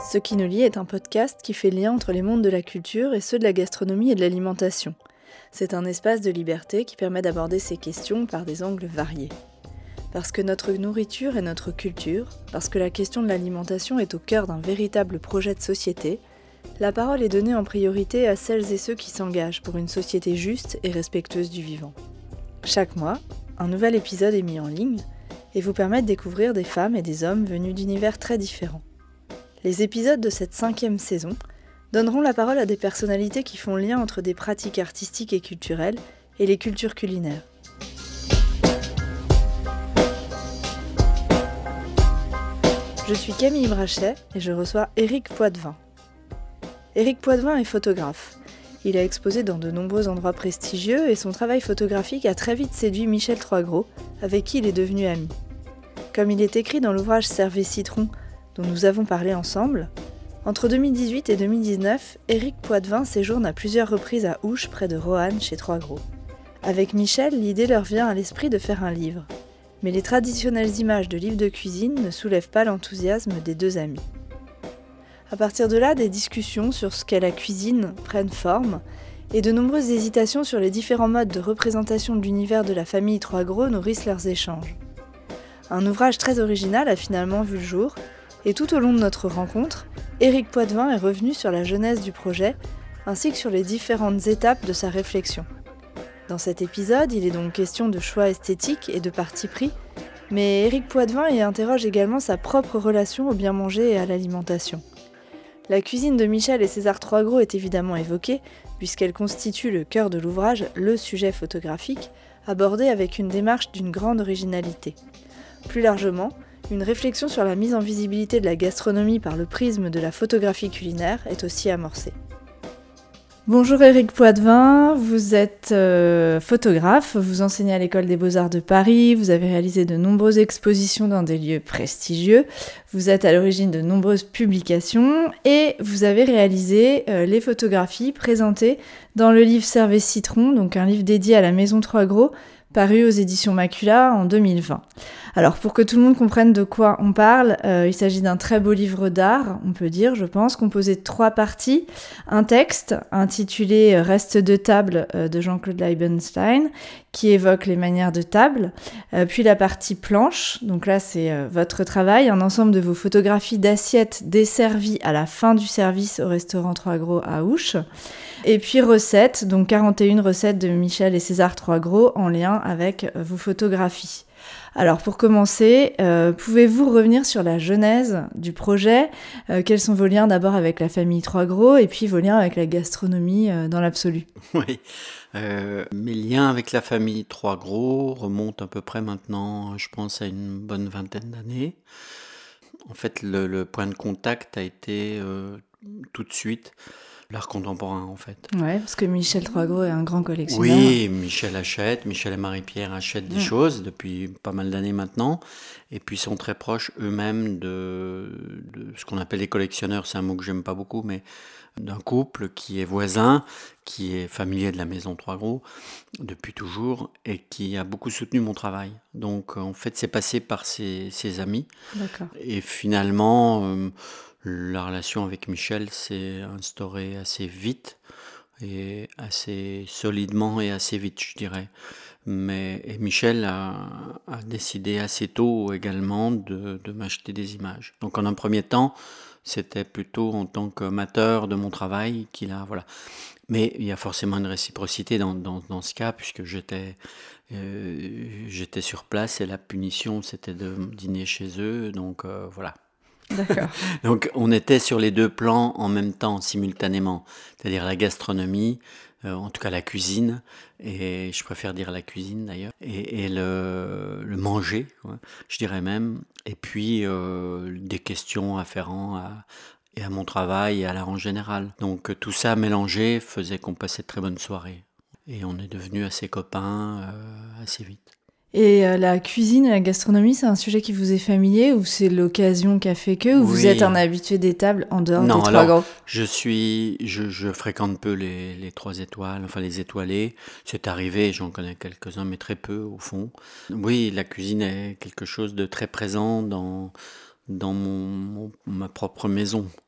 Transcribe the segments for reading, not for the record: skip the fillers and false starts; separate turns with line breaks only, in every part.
Ce qui nous lie est un podcast qui fait lien entre les mondes de la culture et ceux de la gastronomie et de l'alimentation. C'est un espace de liberté qui permet d'aborder ces questions par des angles variés. Parce que notre nourriture est notre culture, parce que la question de l'alimentation est au cœur d'un véritable projet de société, la parole est donnée en priorité à celles et ceux qui s'engagent pour une société juste et respectueuse du vivant. Chaque mois, un nouvel épisode est mis en ligne et vous permet de découvrir des femmes et des hommes venus d'univers très différents. Les épisodes de cette 5e saison donneront la parole à des personnalités qui font lien entre des pratiques artistiques et culturelles et les cultures culinaires. Je suis Camille Brachet et je reçois Éric Poitvin. Éric Poitvin est photographe. Il a exposé dans de nombreux endroits prestigieux et son travail photographique a très vite séduit Michel Troisgros, avec qui il est devenu ami. Comme il est écrit dans l'ouvrage Cervé Citron, dont nous avons parlé ensemble, entre 2018 et 2019, Éric Poitvin séjourne à plusieurs reprises à Ouche, près de Roanne, chez Troisgros. Avec Michel, l'idée leur vient à l'esprit de faire un livre. Mais les traditionnelles images de livres de cuisine ne soulèvent pas l'enthousiasme des deux amis. À partir de là, des discussions sur ce qu'est la cuisine prennent forme, et de nombreuses hésitations sur les différents modes de représentation de l'univers de la famille Troisgros nourrissent leurs échanges. Un ouvrage très original a finalement vu le jour, et tout au long de notre rencontre, Éric Poitvin est revenu sur la genèse du projet, ainsi que sur les différentes étapes de sa réflexion. Dans cet épisode, il est donc question de choix esthétiques et de parti pris, mais Éric Poitvin y interroge également sa propre relation au bien manger et à l'alimentation. La cuisine de Michel et César Troisgros est évidemment évoquée, puisqu'elle constitue le cœur de l'ouvrage, le sujet photographique, abordé avec une démarche d'une grande originalité. Plus largement, une réflexion sur la mise en visibilité de la gastronomie par le prisme de la photographie culinaire est aussi amorcée. Bonjour Éric Poitvin, vous êtes photographe, vous enseignez à l'École des Beaux-Arts de Paris, vous avez réalisé de nombreuses expositions dans des lieux prestigieux, vous êtes à l'origine de nombreuses publications et vous avez réalisé les photographies présentées dans le livre Cervé Citron, donc un livre dédié à la Maison Troisgros, paru aux éditions Macula en 2020. Alors pour que tout le monde comprenne de quoi on parle, il s'agit d'un très beau livre d'art, on peut dire, je pense, composé de 3 parties. Un texte intitulé « Reste de table » de Jean-Claude Leibenstein, qui évoque les manières de table. Puis la partie planche, donc là c'est votre travail, un ensemble de vos photographies d'assiettes desservies à la fin du service au restaurant Troisgros à Ouche. Et puis recettes, donc 41 recettes de Michel et César Troisgros en lien avec vos photographies. Alors pour commencer, pouvez-vous revenir sur la genèse du projet ? Quels sont vos liens d'abord avec la famille Troisgros et puis vos liens avec la gastronomie dans l'absolu ?
Oui, mes liens avec la famille Troisgros remontent à peu près maintenant, je pense, à une bonne vingtaine d'années. En fait, le point de contact a été tout de suite l'art contemporain, en fait.
Ouais, parce que Michel Troisgros est un grand collectionneur.
Oui, Michel et Marie-Pierre achètent des choses depuis pas mal d'années maintenant, et puis sont très proches eux-mêmes de ce qu'on appelle les collectionneurs, c'est un mot que j'aime pas beaucoup, mais d'un couple qui est voisin, qui est familier de la maison Troisgros depuis toujours, et qui a beaucoup soutenu mon travail. Donc en fait, c'est passé par ses amis.
D'accord.
Et finalement, la relation avec Michel s'est instaurée assez vite, et assez solidement et assez vite, je dirais. Et Michel a décidé assez tôt également de m'acheter des images. Donc en un premier temps, c'était plutôt en tant qu'amateur de mon travail qu'il a... Voilà. Mais il y a forcément une réciprocité dans ce cas, puisque j'étais sur place et la punition, c'était de dîner chez eux. Donc voilà.
D'accord.
Donc on était sur les 2 plans en même temps, simultanément, c'est-à-dire la gastronomie, en tout cas la cuisine, et je préfère dire la cuisine d'ailleurs, et le manger, quoi, je dirais même, et puis des questions afférentes à mon travail et à l'art en général. Donc tout ça mélangé faisait qu'on passait de très bonnes soirées, et on est devenus assez copains assez vite.
Et la cuisine et la gastronomie, c'est un sujet qui vous est familier ou c'est l'occasion qui a fait que, ou vous
Oui.
êtes un habitué des tables en dehors
Non,
des
alors,
Troisgros ?
je fréquente peu les 3 étoiles, enfin les étoilés. C'est arrivé, j'en connais quelques-uns, mais très peu au fond. Oui, la cuisine est quelque chose de très présent dans ma propre maison.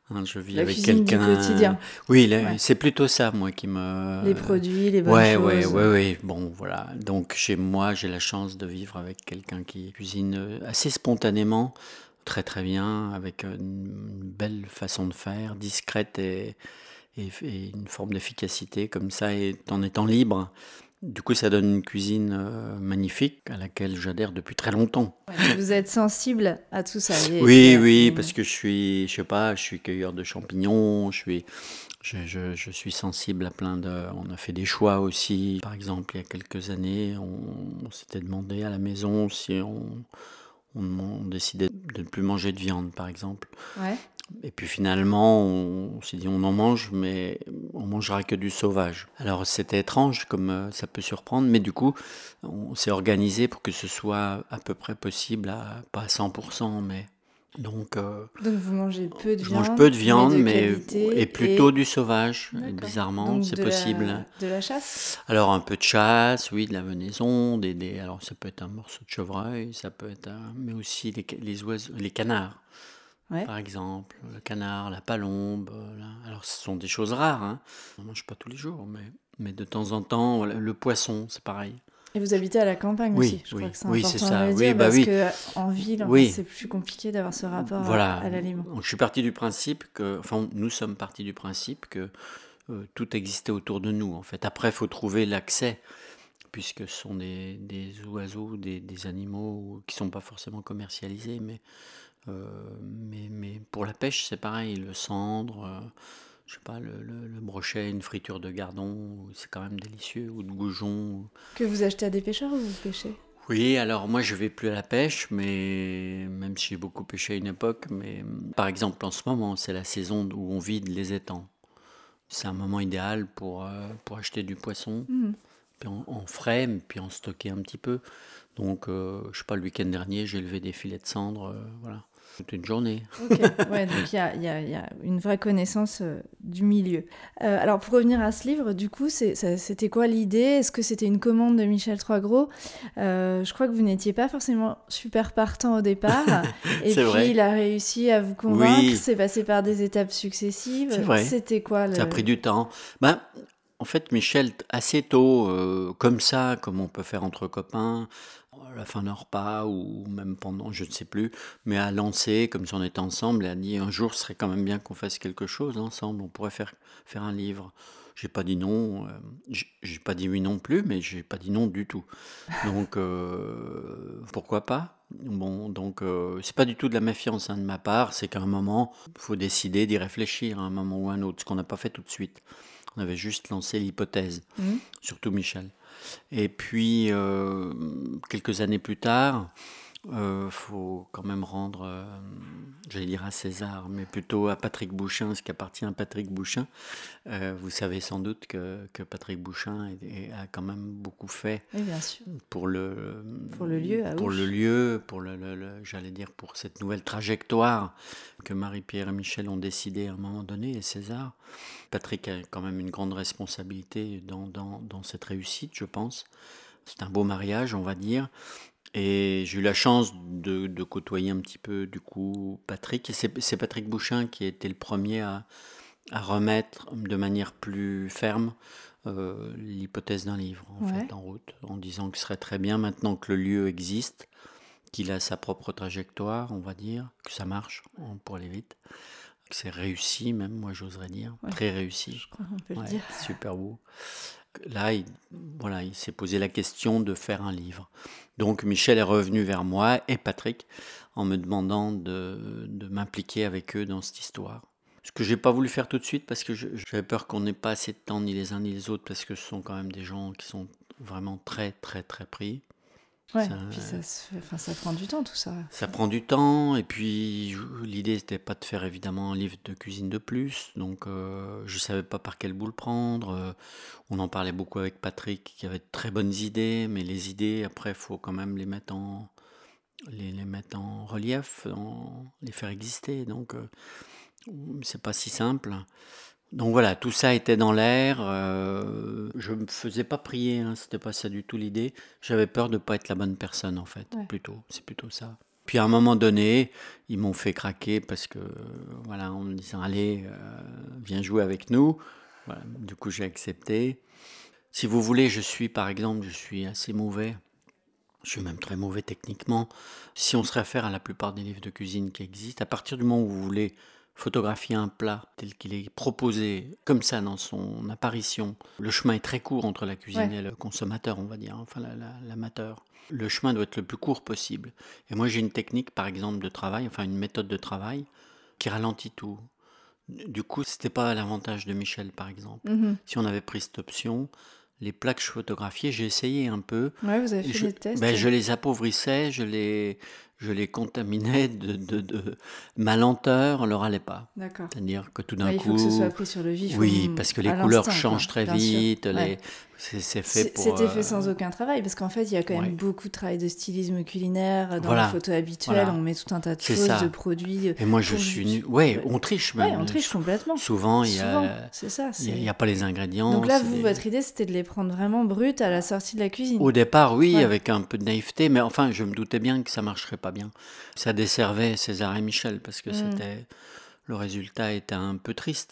hein, je vis
La
avec
cuisine du
quelqu'un.
quotidien.
Oui,
Ouais.
c'est plutôt ça, moi, qui
Les
me.
produits, les bonnes
Ouais, ouais,
choses.
ouais, ouais. Bon, voilà. Donc, chez moi, j'ai la chance de vivre avec quelqu'un qui cuisine assez spontanément, très, très bien, avec une belle façon de faire, discrète et une forme d'efficacité comme ça, et en étant libre. Du coup, ça donne une cuisine magnifique à laquelle j'adhère depuis très longtemps.
Ouais, vous êtes sensible à tout ça.
Oui, oui, parce que je sais pas, je suis cueilleur de champignons, je suis sensible à plein de. On a fait des choix aussi. Par exemple, il y a quelques années, on s'était demandé à la maison si on décidait de ne plus manger de viande, par exemple.
Ouais.
Et puis finalement, on s'est dit on en mange, mais on mangera que du sauvage. Alors c'était étrange, comme ça peut surprendre, mais du coup, on s'est organisé pour que ce soit à peu près possible, pas à 100%, mais donc
Donc vous mangez peu de
je mange peu
viande,
de
mais
viande,
de
et
qualité
plutôt du sauvage. Et
D'accord.
bizarrement,
Donc
c'est possible.
de la chasse?
Alors un peu de chasse, oui, de la venaison, alors ça peut être un morceau de chevreuil, ça peut être, mais aussi les oiseaux, les canards.
Ouais.
Par exemple, le canard, la palombe. Alors, ce sont des choses rares, hein. On ne mange pas tous les jours, mais de temps en temps, voilà, le poisson, c'est pareil.
Et vous habitez à la campagne aussi.
Oui,
Je crois
oui,
que c'est
oui, c'est
important de
ça.
le
Oui,
dire
bah
parce
oui,
que en ville, enfin,
oui.
c'est plus compliqué d'avoir ce rapport
Voilà.
à l'aliment.
Donc, je suis parti du principe nous sommes partis du principe que tout existait autour de nous, en fait. Après, il faut trouver l'accès, puisque ce sont des oiseaux, des animaux qui ne sont pas forcément commercialisés, mais pour la pêche, c'est pareil, le cendre, je sais pas, le brochet, une friture de gardon, c'est quand même délicieux, ou de goujon.
Que vous achetez à des pêcheurs ou vous pêchez?
Oui, alors moi je vais plus à la pêche, mais même si j'ai beaucoup pêché à une époque, mais par exemple en ce moment, c'est la saison où on vide les étangs. C'est un moment idéal pour acheter du poisson,
Mhm.
puis en frais, puis en stocker un petit peu. Donc, je sais pas, le week-end dernier, j'ai levé des filets de cendre, voilà. Toute une journée.
Ok, ouais, donc il y a une vraie connaissance du milieu. Alors pour revenir à ce livre, du coup, c'était quoi l'idée? Est-ce que c'était une commande de Michel Troisgros? Je crois que vous n'étiez pas forcément super partant au départ, et
C'est
puis
vrai.
il a réussi à vous convaincre,
Oui,
c'est passé par des étapes successives.
c'est vrai.
C'était quoi
Ça a pris du temps. Ben, en fait, Michel, assez tôt, comme ça, comme on peut faire entre copains, à la fin d'un repas ou même pendant, je ne sais plus, mais a lancé, comme si on était ensemble, et a dit un jour, ce serait quand même bien qu'on fasse quelque chose ensemble, on pourrait faire un livre. J'ai pas dit non, j'ai pas dit oui non plus, mais j'ai pas dit non du tout. Donc, pourquoi pas? Bon, donc, c'est pas du tout de la méfiance, hein, de ma part, c'est qu'à un moment, il faut décider d'y réfléchir à un moment ou à un autre, ce qu'on n'a pas fait tout de suite. On avait juste lancé l'hypothèse,
Mhm.
surtout Michel. Et puis, quelques années plus tard, faut quand même rendre, j'allais dire à César, mais plutôt à Patrick Bouchain, ce qui appartient à Patrick Bouchain. Vous savez sans doute que Patrick Bouchain a quand même beaucoup fait
Oui, bien sûr.
pour le,
Pour le lieu à
pour le
Ouche.
lieu, j'allais dire pour cette nouvelle trajectoire que Marie-Pierre et Michel ont décidé à un moment donné, et César. Patrick a quand même une grande responsabilité dans cette réussite, je pense. C'est un beau mariage, on va dire. Et j'ai eu la chance de côtoyer un petit peu, du coup, Patrick. Et c'est Patrick Bouchain qui a été le premier à remettre de manière plus ferme l'hypothèse d'un livre,
Ouais.
fait, en route, en disant que ce serait très bien, maintenant que le lieu existe, qu'il a sa propre trajectoire, on va dire, que ça marche, pour aller vite, que c'est réussi même, moi j'oserais dire,
Ouais.
très réussi.
Je crois qu'on peut le
Ouais,
dire.
super beau. Là, voilà, il s'est posé la question de faire un livre. Donc Michel est revenu vers moi et Patrick en me demandant de m'impliquer avec eux dans cette histoire. Ce que j'ai pas voulu faire tout de suite parce que j'avais peur qu'on n'ait pas assez de temps ni les uns ni les autres, parce que ce sont quand même des gens qui sont vraiment très très très pris.
Ouais,
Ça,
puis ça prend du temps tout ça.
ça prend du temps, et puis l'idée n'était pas de faire évidemment un livre de cuisine de plus, donc je savais pas par quel bout le prendre. On en parlait beaucoup avec Patrick, qui avait de très bonnes idées, mais les idées, après, il faut quand même les mettre en relief, les faire exister, donc c'est pas si simple. Donc voilà, tout ça était dans l'air. Je me faisais pas prier, hein, c'était pas ça du tout l'idée. J'avais peur de pas être la bonne personne, en fait,
Ouais.
c'est plutôt ça. Puis à un moment donné, ils m'ont fait craquer parce que, voilà, en me disant, allez, viens jouer avec nous. Voilà, du coup, j'ai accepté. Si vous voulez, je suis assez mauvais. Je suis même très mauvais techniquement. Si on se réfère à la plupart des livres de cuisine qui existent, à partir du moment où vous voulez photographier un plat tel qu'il est proposé, comme ça dans son apparition, le chemin est très court entre la cuisine
Ouais.
et le consommateur, on va dire, enfin l'amateur. Le chemin doit être le plus court possible. Et moi j'ai une technique, par exemple, de travail, enfin une méthode de travail, qui ralentit tout. Du coup, c'était pas l'avantage de Michel, par exemple.
Mhm.
Si on avait pris cette option, les plats que je photographiais, j'ai essayé un peu.
Ouais, vous avez
Et
fait des tests.
ben, je les appauvrissais, je les contaminais ma lenteur leur allait pas.
D'accord.
C'est-à-dire que tout d'un
Ouais, il faut que ce soit
coup,
pris sur le vif
oui, parce que les
à
couleurs
l'instant,
changent
quoi.
très
Bien sûr.
vite,
Ouais.
c'est fait pour...
C'était fait sans aucun travail, parce qu'en fait, il y a quand même
ouais,
beaucoup de travail de stylisme culinaire. Dans les
voilà,
photos habituelles,
voilà,
on met tout un tas de
c'est
choses, de
ça.
produits.
Et moi, je
Pour
suis
juste...
ouais, on triche
Ouais,
même.
on triche complètement.
Souvent,
Souvent, c'est ça.
il y a pas les ingrédients.
Donc là, vous, votre idée, c'était de les prendre vraiment brutes à la sortie de la cuisine.
Au départ, oui,
Ouais.
avec un peu de naïveté, mais enfin, je me doutais bien que ça marcherait pas bien. Ça desservait César et Michel parce que le résultat était un peu triste.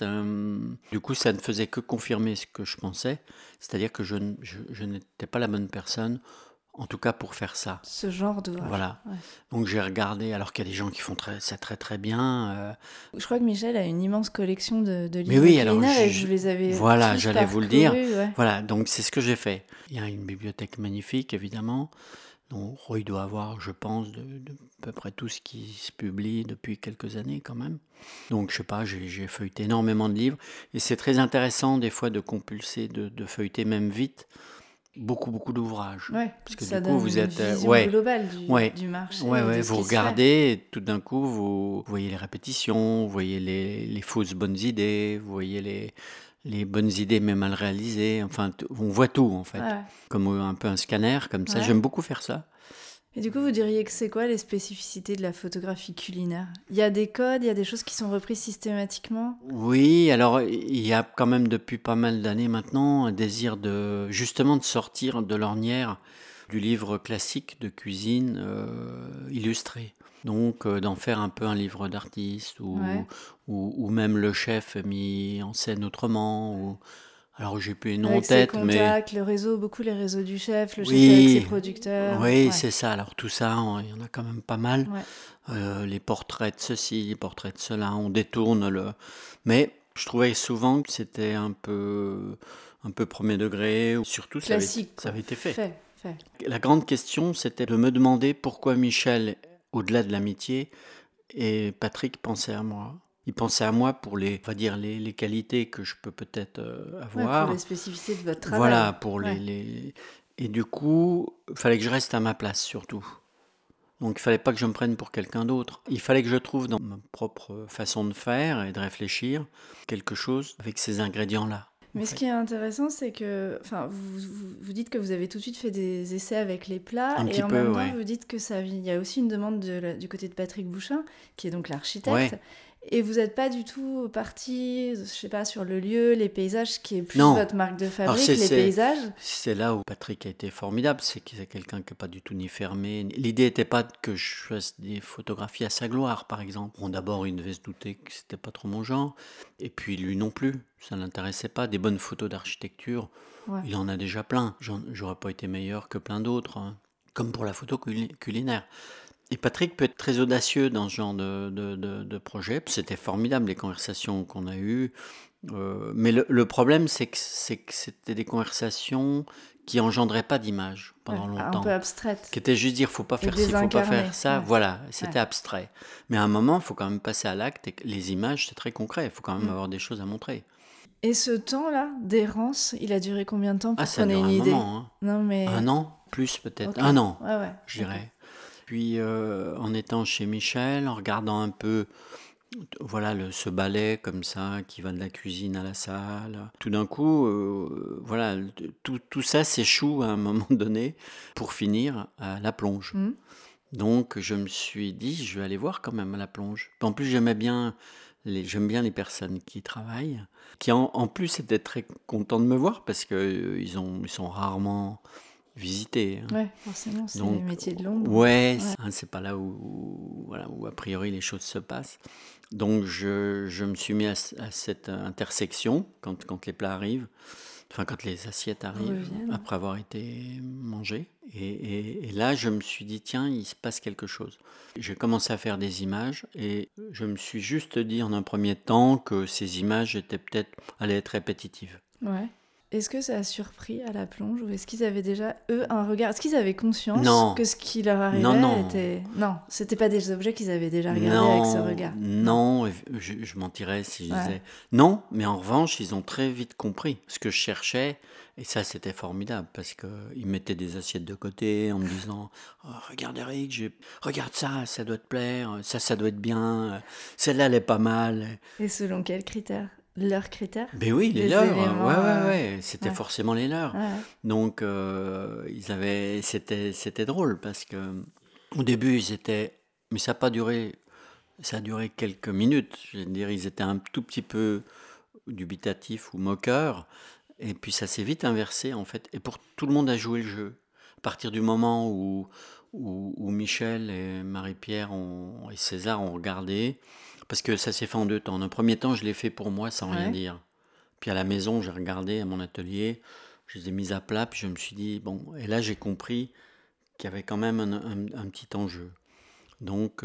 Du coup, ça ne faisait que confirmer ce que je pensais, c'est-à-dire que je n'étais pas la bonne personne, en tout cas pour faire ça.
Ce genre d'ouvrage.
Voilà.
Ouais.
Donc j'ai regardé, alors qu'il y a des gens qui font ça très très bien.
Je crois que Michel a une immense collection de
Mais
livres
oui, alors
culinaires et vous les avez
voilà,
tous
j'allais vous le dire.
parcourus, ouais.
Voilà, donc c'est ce que j'ai fait. Il y a une bibliothèque magnifique, évidemment. Donc Roy doit avoir, je pense, de à peu près tout ce qui se publie depuis quelques années quand même. Donc je sais pas, j'ai feuilleté énormément de livres. Et c'est très intéressant des fois de compulser, de feuilleter même vite, beaucoup d'ouvrages.
Ouais,
Parce que
ça
du coup,
donne
vous
une
êtes...
vision
ouais,
globale
ouais,
du marché
ouais,
et de
ouais,
ce
vous
qui se fait.
regardez et tout d'un coup, vous voyez les répétitions, vous voyez les fausses bonnes idées, vous voyez les bonnes idées mais mal réalisées. Enfin, on voit tout en fait.
Ouais.
Comme un peu un scanner, comme ça.
Ouais.
J'aime beaucoup faire ça.
Et du coup, vous diriez que c'est quoi les spécificités de la photographie culinaire? Il y a des codes, il y a des choses qui sont reprises systématiquement?
Oui, alors il y a quand même depuis pas mal d'années maintenant un désir justement de sortir de l'ornière du livre classique de cuisine illustré. Donc d'en faire un peu un livre d'artiste
Ouais.
ou même le chef mis en scène autrement. Alors j'ai plus les noms en
Avec ses
tête, mais
contacts, le réseau, beaucoup les réseaux du chef, le chef avec ses
oui,
producteurs.
oui,
Ouais.
c'est ça. Alors tout ça, il y en a quand même pas mal.
Ouais.
Les portraits de ceci, les portraits de cela, on détourne le... Mais je trouvais souvent que c'était un peu premier degré, ou surtout
Classique,
ça
quoi.
avait été fait.
Fait.
La grande question, c'était de me demander pourquoi Michel, au-delà de l'amitié, et Patrick pensaient à moi. Ils pensaient à moi pour on va dire, les qualités que je peux peut-être
Ouais,
avoir.
pour les spécificités de votre travail.
Voilà, pour
Ouais.
Et du coup, il fallait que je reste à ma place, surtout. Donc il fallait pas que je me prenne pour quelqu'un d'autre. Il fallait que je trouve dans ma propre façon de faire et de réfléchir quelque chose avec ces ingrédients-là.
Mais ce qui est intéressant, c'est que vous dites que vous avez tout de suite fait des essais avec les plats,
Un
et
petit
en
peu,
même temps,
ouais.
vous dites que il y a aussi une demande du côté de Patrick Bouchin, qui est donc l'architecte,
Ouais.
et vous n'êtes pas du tout parti, je sais pas, sur le lieu, les paysages, qui est plus
Non.
votre marque de
Alors,
fabrique, les paysages.
c'est là où Patrick a été formidable, c'est qu'il est quelqu'un qui n'est pas du tout ni fermé. L'idée n'était pas que je fasse des photographies à sa gloire, par exemple. Bon, d'abord, il devait se douter que c'était pas trop mon genre, et puis lui non plus, ça ne l'intéressait pas. Des bonnes photos d'architecture,
Ouais.
il en a déjà plein. J'aurais pas été meilleur que plein d'autres, hein. Comme pour la photo culinaire. Et Patrick peut être très audacieux dans ce genre de projet. C'était formidable les conversations qu'on a eues. Mais le problème, c'est que c'était des conversations qui engendraient pas d'image pendant
Ouais, un
longtemps.
peu abstraite.
Qui étaient juste dire faut pas
Et
faire ci, faut pas
désincarnée,
faire ça.
ouais.
Voilà, c'était
Ouais.
abstrait. Mais à un moment, il faut quand même passer à l'acte. Et les images, c'est très concret. Il faut quand même avoir des choses à montrer.
Et ce temps-là d'errance, il a duré combien de temps pour
Ça
qu'on ait
dure
une
un
idée?
moment. Hein.
Non, mais...
Un an, plus peut-être.
Ok.
Un an,
Ouais.
je dirais. Puis en étant chez Michel, en regardant un peu, voilà, ce balai comme ça qui va de la cuisine à la salle. Tout d'un coup, voilà, tout ça s'échoue à un moment donné pour finir à la plonge. Donc je me suis dit, je vais aller voir quand même à la plonge. En plus, j'aime bien les personnes qui travaillent, qui en plus étaient très contents de me voir parce que ils sont rarement visiter, hein.
Ouais, forcément, c'est
Donc,
les métiers de l'ombre.
ouais,
Ouais.
c'est pas là voilà, où a priori les choses se passent. Donc je me suis mis à cette intersection quand les plats arrivent, enfin quand les assiettes arrivent,
Reviennent.
après avoir été mangées. Et là, je me suis dit, tiens, il se passe quelque chose. J'ai commencé à faire des images et je me suis juste dit en un premier temps que ces images allaient être répétitives.
Ouais. Est-ce que ça a surpris à la plonge ou est-ce qu'ils avaient déjà, eux, un regard? Est-ce qu'ils avaient conscience
Non,
que ce qui leur
non,
arrivait
non.
était... Non, c'était pas des objets qu'ils avaient déjà regardés avec ce
Non,
regard. Non.
non, je mentirais si je
Ouais.
disais non, mais en revanche, ils ont très vite compris ce que je cherchais, et ça, c'était formidable, parce qu'ils mettaient des assiettes de côté en me disant oh, regarde Eric, regarde ça doit te plaire, ça doit être bien, celle-là, elle est pas mal.
Et selon quels critères? Leurs critères?
Ben oui, les
Les
leurs,
éléments...
ouais, c'était
ouais.
forcément les leurs.
Ouais.
Donc, c'était drôle, parce que au début, mais ça n'a pas duré. Ça a duré quelques minutes. Je veux dire, ils étaient un tout petit peu dubitatifs ou moqueurs. Et puis ça s'est vite inversé, en fait. Et pour tout le monde a joué le jeu. À partir du moment où Michel et Marie-Pierre et César ont regardé, parce que ça s'est fait en deux temps. Un premier temps, je l'ai fait pour moi sans rien
Ouais.
dire. Puis à la maison, j'ai regardé à mon atelier, je les ai mis à plat, puis je me suis dit, bon, et là j'ai compris qu'il y avait quand même un petit enjeu. Donc,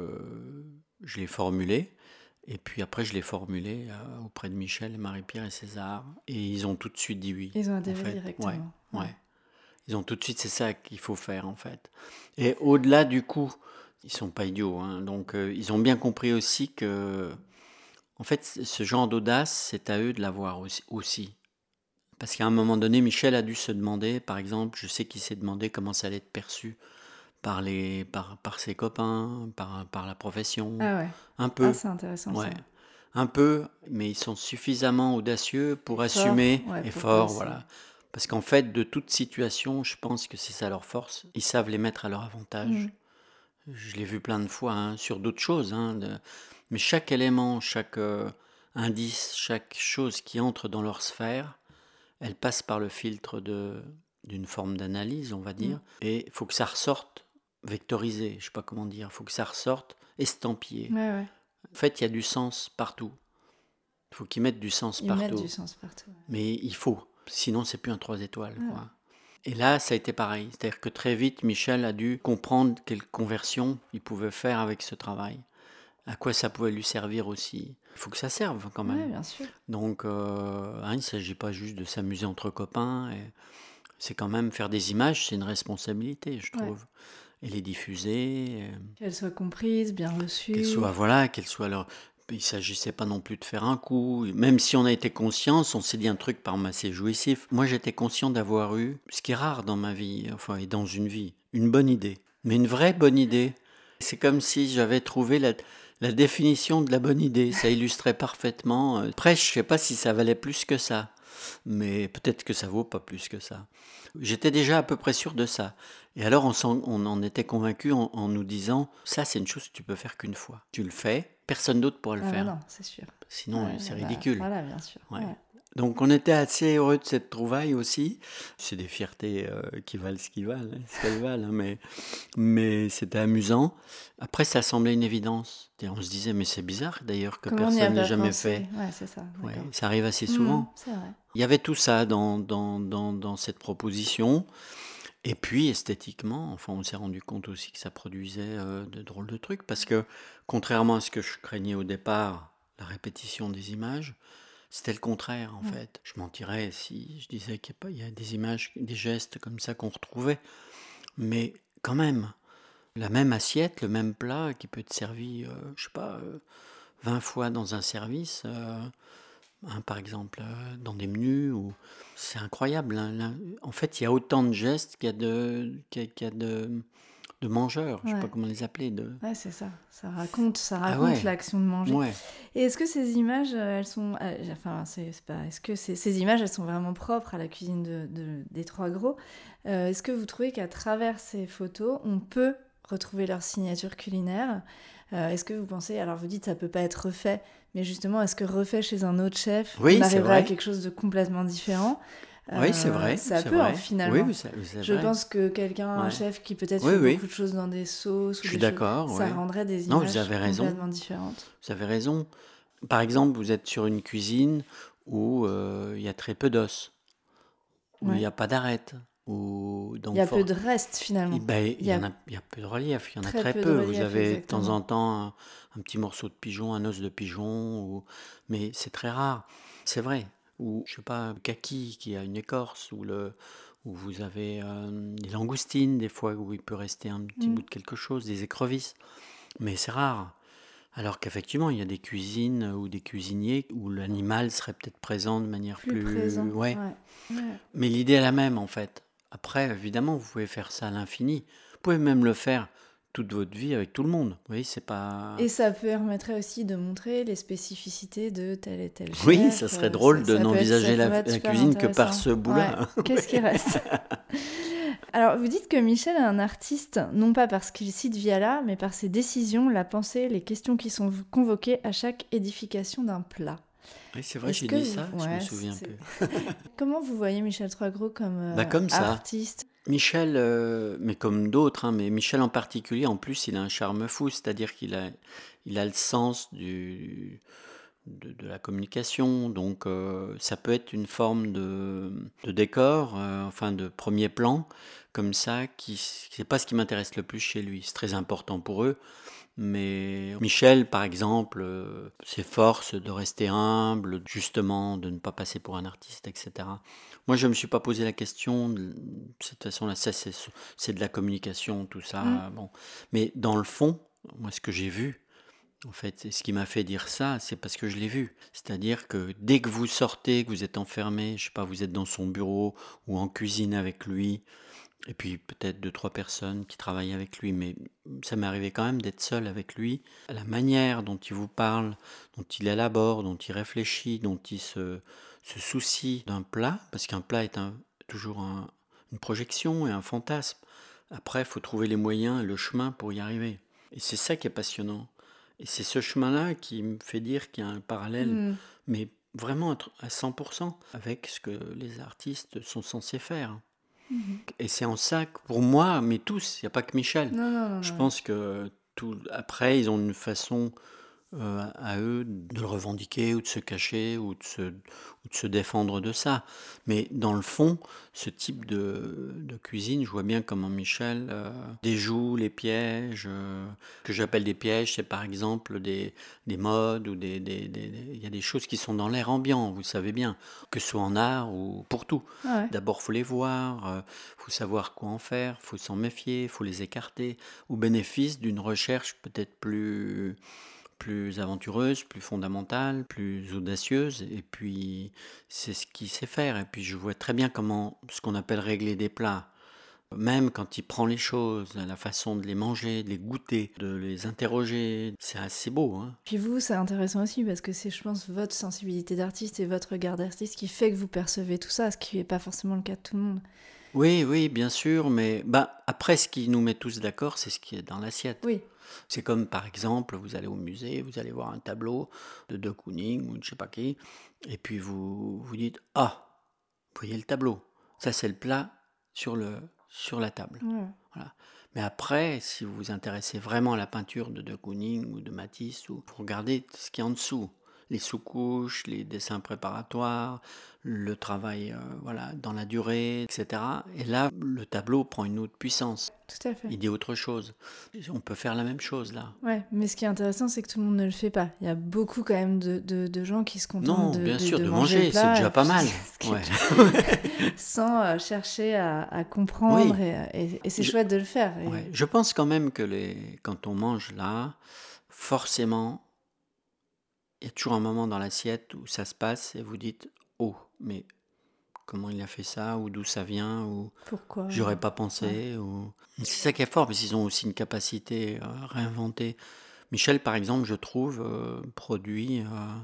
je l'ai formulé. Et puis après, je l'ai formulé auprès de Michel, et Marie-Pierre et César. Et ils ont tout de suite dit oui.
Ils ont
En
adhéré
fait,
directement.
ouais. Ils ont tout de suite, c'est ça qu'il faut faire, en fait. Et au-delà du coup, ils sont pas idiots, hein. Donc, ils ont bien compris aussi que, en fait, ce genre d'audace, c'est à eux de l'avoir aussi. Parce qu'à un moment donné, Michel a dû se demander, par exemple, je sais qu'il s'est demandé comment ça allait être perçu par ses copains, par la profession,
Ah ouais.
un
Ah,
peu,
c'est intéressant ça.
ouais, un peu, mais ils sont suffisamment audacieux pour
Et fort,
assumer
ouais,
et
pour
fort,
passer.
voilà. Parce qu'en fait, de toute situation, je pense que c'est ça leur force. Ils savent les mettre à leur avantage. Je l'ai vu plein de fois, hein, sur d'autres choses, hein, mais chaque élément, chaque indice, chaque chose qui entre dans leur sphère, elle passe par le filtre d'une forme d'analyse, on va dire, et il faut que ça ressorte vectorisé, je ne sais pas comment dire, il faut que ça ressorte estampillé.
Ouais, ouais.
En fait, il y a du sens partout. Il faut qu'ils mettent du sens
Ils mettent
partout.
du sens partout. Ouais.
Mais il faut, sinon c'est plus un 3 étoiles,
Ah.
quoi. Et là, ça a été pareil. C'est-à-dire que très vite, Michel a dû comprendre quelle conversion il pouvait faire avec ce travail. À quoi ça pouvait lui servir aussi. Il faut que ça serve quand même.
Ouais, bien sûr.
Donc, il ne s'agit pas juste de s'amuser entre copains. C'est quand même faire des images, c'est une responsabilité, je trouve. Et les diffuser.
Qu'elles soient comprises, bien reçues.
Qu'elles soient leur... Il ne s'agissait pas non plus de faire un coup. Même si on a été conscient, on s'est dit un truc par exemple assez jouissif. Moi, j'étais conscient d'avoir eu, ce qui est rare dans ma vie, enfin, et dans une vie, une bonne idée. Mais une vraie bonne idée. C'est comme si j'avais trouvé la définition de la bonne idée. Ça illustrait parfaitement. Après, je ne sais pas si ça valait plus que ça. Mais peut-être que ça vaut pas plus que ça. J'étais déjà à peu près sûr de ça. Et alors on en était convaincus en nous disant, ça c'est une chose que tu peux faire qu'une fois. Tu le fais, personne d'autre pourra le
Ah bah
faire.
non, c'est sûr.
Sinon
Ouais,
c'est
bah,
ridicule.
Voilà, bien sûr.
Ouais.
Ouais.
Donc on était assez heureux de cette trouvaille aussi. C'est des fiertés qui valent ce qu'elles valent, hein, mais c'était amusant. Après ça semblait une évidence. Et on se disait mais c'est bizarre d'ailleurs que
Comment on y a
personne n'ait
pas
jamais
pensé?
fait.
Ouais, c'est ça.
Ouais,
D'accord.
ça arrive assez souvent.
C'est vrai.
Il y avait tout ça dans cette proposition. Et puis, esthétiquement, enfin, on s'est rendu compte aussi que ça produisait de drôles de trucs. Parce que, contrairement à ce que je craignais au départ, la répétition des images, c'était le contraire, en fait. Je mentirais si je disais qu'il y a des images, des gestes comme ça qu'on retrouvait. Mais quand même, la même assiette, le même plat qui peut être servi, je sais pas, 20 fois dans un service... par exemple, dans des menus, c'est incroyable. En fait, il y a autant de gestes qu'il y a de mangeurs. Je ne sais pas comment les appeler.
Ouais, c'est ça. Ça raconte
ouais.
l'action de manger.
Ouais.
Et est-ce que ces images, elles sont... est-ce que ces images, elles sont vraiment propres à la cuisine des Trois Gros? Est-ce que vous trouvez qu'à travers ces photos, on peut retrouver leur signature culinaire? Est-ce que vous pensez... Alors, vous dites que ça ne peut pas être refait, mais justement, est-ce que refait chez un autre chef, on arriverait à quelque chose de complètement différent?
Oui, c'est vrai,
Ça
c'est
peut,
vrai. Oui,
finalement.
c'est
Je
vrai.
pense que un
Ouais.
chef qui peut-être
Oui,
fait
oui,
beaucoup de choses dans des sauces
je
ou
suis
des choses,
d'accord,
ça
ouais.
rendrait des
Non, vous
images
avez raison,
complètement différentes.
vous avez raison. Par exemple, vous êtes sur une cuisine où il y a très peu d'os, où il
Ouais.
n'y a pas d'arête, où
Il y
donc
a peu de reste, finalement.
il
Il y
y
a
en a, il y a peu de relief, il y en a
très
très
peu de
peu. Vous
relief,
avez de temps
exactement.
en temps un petit morceau de pigeon, un os de pigeon, mais c'est très rare. C'est vrai. Ou je sais pas, le kaki qui a une écorce, où vous avez des langoustines des fois où il peut rester un petit
Mm.
bout de quelque chose, des écrevisses, mais c'est rare. Alors qu'effectivement, il y a des cuisines ou des cuisiniers où l'animal serait peut-être présent de manière
Plus
plus...
présent,
Ouais,
ouais. Ouais.
mais l'idée est la même en fait. Après, évidemment, vous pouvez faire ça à l'infini. Vous pouvez même le faire toute votre vie avec tout le monde. Vous voyez, c'est pas...
Et ça permettrait aussi de montrer les spécificités de tel et tel
Oui, ça
chef.
serait drôle de
Ça
n'envisager
pourrait être
la
super
cuisine que par
intéressant.
ce
Ouais,
bout-là.
qu'est-ce qui reste? Alors, vous dites que Michel est un artiste, non pas parce qu'il cite Viala, mais par ses décisions, la pensée, les questions qui sont convoquées à chaque édification d'un plat.
Oui, c'est vrai,
Est-ce
j'ai
que
dit
vous...
ça, je me
Ouais,
souviens peu.
Comment vous voyez Michel Troisgros comme
Bah comme ça.
artiste?
Michel, mais comme d'autres, hein, mais Michel en particulier, en plus, il a un charme fou, c'est-à-dire il a le sens de la communication, donc ça peut être une forme de décor, enfin de premier plan, comme ça, c'est pas ce qui m'intéresse le plus chez lui. C'est très important pour eux, mais Michel, par exemple, s'efforce de rester humble, justement, de ne pas passer pour un artiste, etc. Moi, je ne me suis pas posé la question de cette façon-là. Ça, c'est de la communication, tout
Mm.
ça. Bon. Mais dans le fond, moi, ce que j'ai vu, en fait, et ce qui m'a fait dire ça, c'est parce que je l'ai vu. C'est-à-dire que dès que vous sortez, que vous êtes enfermé, je sais pas, vous êtes dans son bureau ou en cuisine avec lui, et puis peut-être deux, trois personnes qui travaillent avec lui, mais ça m'est arrivé quand même d'être seul avec lui. La manière dont il vous parle, dont il élabore, dont il réfléchit, dont il se soucie d'un plat, parce qu'un plat est toujours une projection et un fantasme. Après, il faut trouver les moyens, le chemin pour y arriver. Et c'est ça qui est passionnant. Et c'est ce chemin-là qui me fait dire qu'il y a un parallèle,
Mm.
mais vraiment à 100% avec ce que les artistes sont censés faire.
Mhm.
Et c'est en ça que, pour moi, mais tous, il n'y a pas que Michel.
Non, non, non,
Je
non.
pense que après, ils ont une façon à eux de le revendiquer ou de se cacher ou de se défendre de ça. Mais dans le fond, ce type de cuisine, je vois bien comment Michel déjoue les pièges, que j'appelle des pièges, c'est par exemple des modes ou il y a des choses qui sont dans l'air ambiant, vous savez bien, que ce soit en art ou pour tout.
Ouais.
D'abord, faut les voir, faut savoir quoi en faire, faut s'en méfier, faut les écarter, au bénéfice d'une recherche peut-être plus aventureuse, plus fondamentale, plus audacieuse, et puis c'est ce qu'il sait faire. Et puis je vois très bien comment ce qu'on appelle régler des plats, même quand il prend les choses, la façon de les manger, de les goûter, de les interroger, c'est assez beau. Hein.
Puis vous, c'est intéressant aussi parce que c'est, je pense, votre sensibilité d'artiste et votre regard d'artiste qui fait que vous percevez tout ça, ce qui n'est pas forcément le cas de tout le monde.
Oui, oui, bien sûr, mais après, ce qui nous met tous d'accord, c'est ce qui est dans l'assiette.
Oui.
C'est comme, par exemple, vous allez au musée, vous allez voir un tableau de Kooning ou de je sais pas qui, et puis vous vous dites, ah, vous voyez le tableau, ça c'est le plat sur la table.
Ouais.
Voilà. Mais après, si vous vous intéressez vraiment à la peinture de Kooning ou de Matisse, vous regardez ce qu'il y a en dessous. Les sous-couches, les dessins préparatoires, le travail voilà, dans la durée, etc. Et là, le tableau prend une autre puissance.
Tout à fait.
Il dit autre chose. On peut faire la même chose là.
Ouais, mais ce qui est intéressant, c'est que tout le monde ne le fait pas. Il y a beaucoup quand même de gens qui se contentent
Non, bien sûr,
de
de
manger le
manger, c'est
plat,
déjà
et
pas
puis
mal.
ce qui est
Ouais.
sans chercher à comprendre,
Oui.
et c'est
Je-
chouette de le faire. Et...
Ouais. Je pense quand même que quand on mange là, forcément, il y a toujours un moment dans l'assiette où ça se passe et vous dites, oh, mais comment il a fait ça, ou d'où ça vient, ou
Pourquoi?
j'aurais pas pensé. Ou... C'est ça qui est fort, parce qu'ils ont aussi une capacité à réinventer. Michel, par exemple, je trouve, produit,